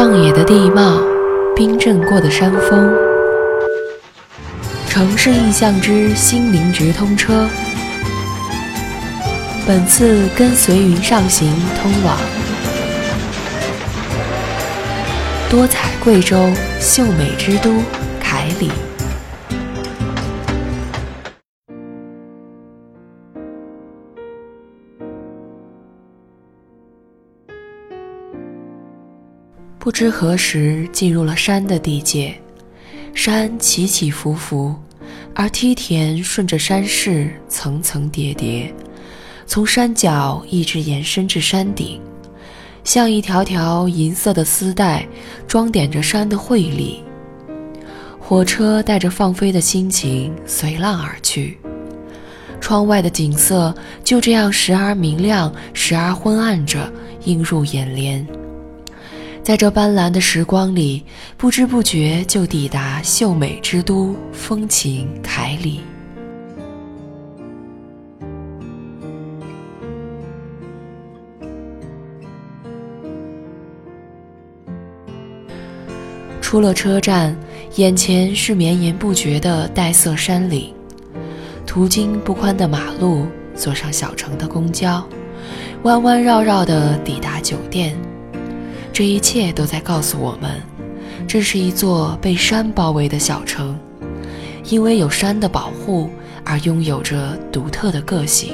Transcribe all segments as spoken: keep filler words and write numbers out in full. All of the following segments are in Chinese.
旷野的地貌，冰镇过的山峰，城市印象之心灵直通车。本次跟随云上行通往多彩贵州秀美之都凯里。不知何时进入了山的地界，山起起伏伏，而梯田顺着山势层层叠叠，从山脚一直延伸至山顶，像一条条银色的丝带，装点着山的绘丽。火车带着放飞的心情随浪而去，窗外的景色就这样时而明亮，时而昏暗着映入眼帘。在这斑斓的时光里，不知不觉就抵达秀美之都风情凯里。出了车站，眼前是绵延不绝的黛色山岭，途经不宽的马路，坐上小城的公交，弯弯绕绕地抵达酒店。这一切都在告诉我们，这是一座被山包围的小城，因为有山的保护而拥有着独特的个性。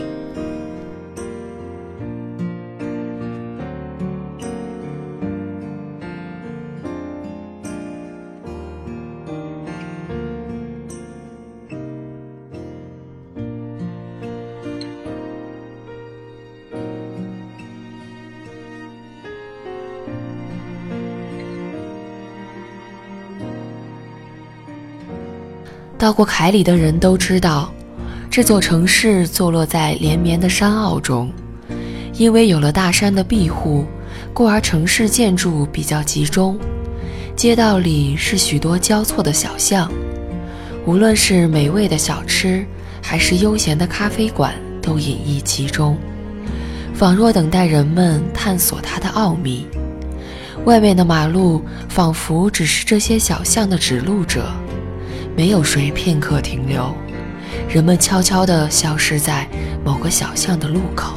到过凯里的人都知道，这座城市坐落在连绵的山坳中，因为有了大山的庇护，故而城市建筑比较集中，街道里是许多交错的小巷，无论是美味的小吃，还是悠闲的咖啡馆，都隐逸其中，仿若等待人们探索它的奥秘。外面的马路仿佛只是这些小巷的指路者，没有谁片刻停留，人们悄悄地消失在某个小巷的路口。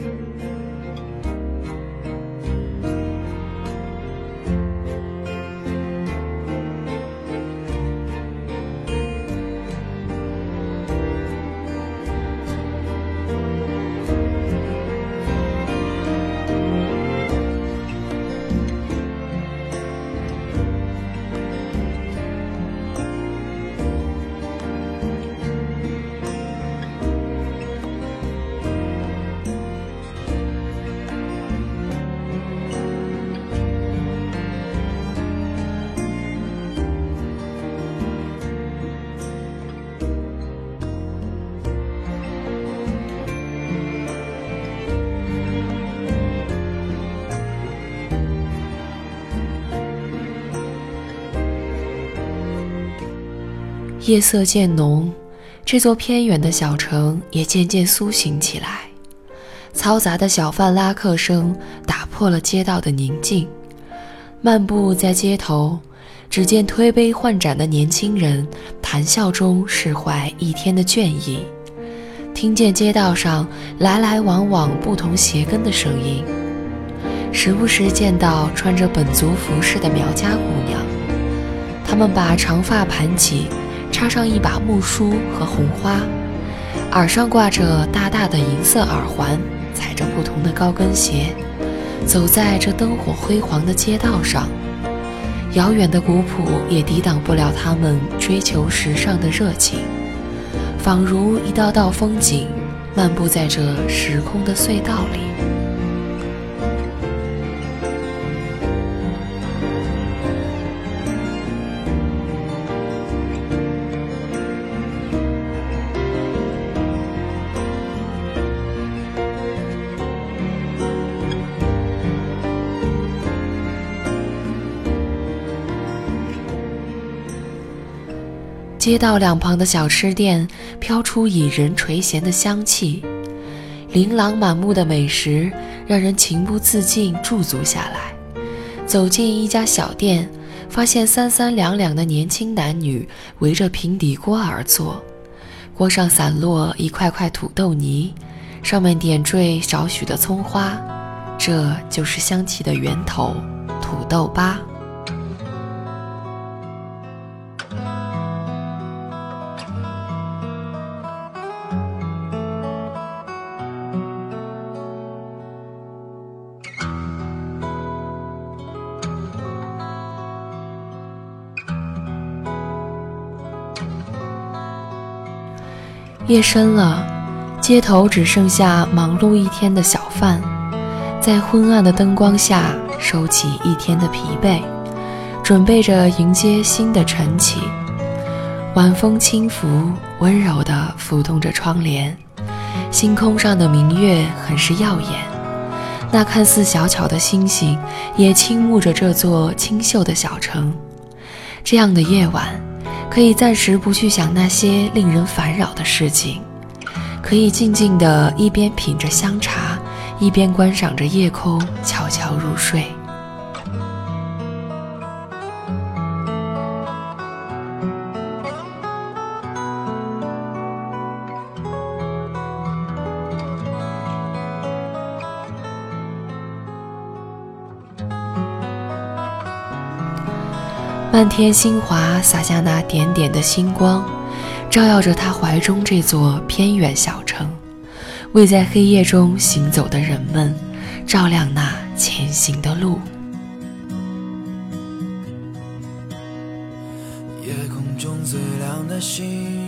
夜色渐浓，这座偏远的小城也渐渐苏醒起来。嘈杂的小贩拉客声打破了街道的宁静。漫步在街头，只见推杯换盏的年轻人谈笑中释怀一天的倦意，听见街道上来来往往不同鞋跟的声音，时不时见到穿着本族服饰的苗家姑娘，她们把长发盘起，插上一把木梳和红花，耳上挂着大大的银色耳环，踩着不同的高跟鞋，走在这灯火辉煌的街道上。遥远的古朴也抵挡不了他们追求时尚的热情，仿如一道道风景，漫步在这时空的隧道里。街道两旁的小吃店飘出引人垂涎的香气，琳琅满目的美食让人情不自禁驻足下来， 走进一家小店，发现三三两两的年轻男女围着平底锅而坐，锅上散落一块块土豆泥，上面点缀少许的葱花，这就是香气的源头——土豆粑。夜深了，街头只剩下忙碌一天的小贩，在昏暗的灯光下收起一天的疲惫，准备着迎接新的晨起。晚风轻拂，温柔地拂动着窗帘，星空上的明月很是耀眼，那看似小巧的星星也倾慕着这座清秀的小城。这样的夜晚，可以暂时不去想那些令人烦扰的事情，可以静静地一边品着香茶，一边观赏着夜空，悄悄入睡。漫天星华洒下那点点的星光，照耀着他怀中这座偏远小城，为在黑夜中行走的人们照亮那前行的路。 夜空中最亮的星，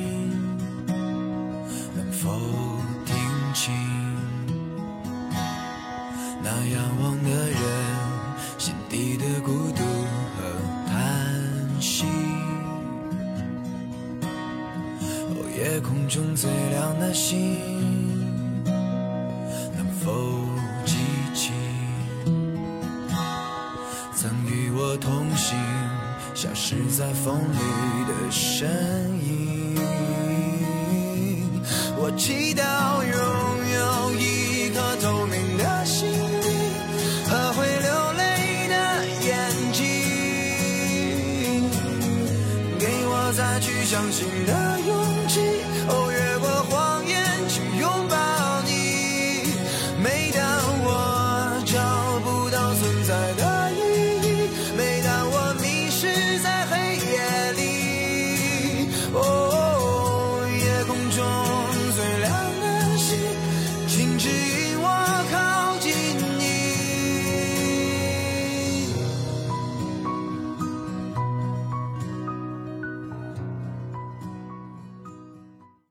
能否听清那仰望的人心底的孤独和叹息？哦，夜空中最亮的星，能否记起曾与我同行消失在风里的身影？我祈祷拥有一颗透明的心灵和会流泪的眼睛，给我再去相信的勇气。哦，越过谎言去拥抱你，每当我找不到存在的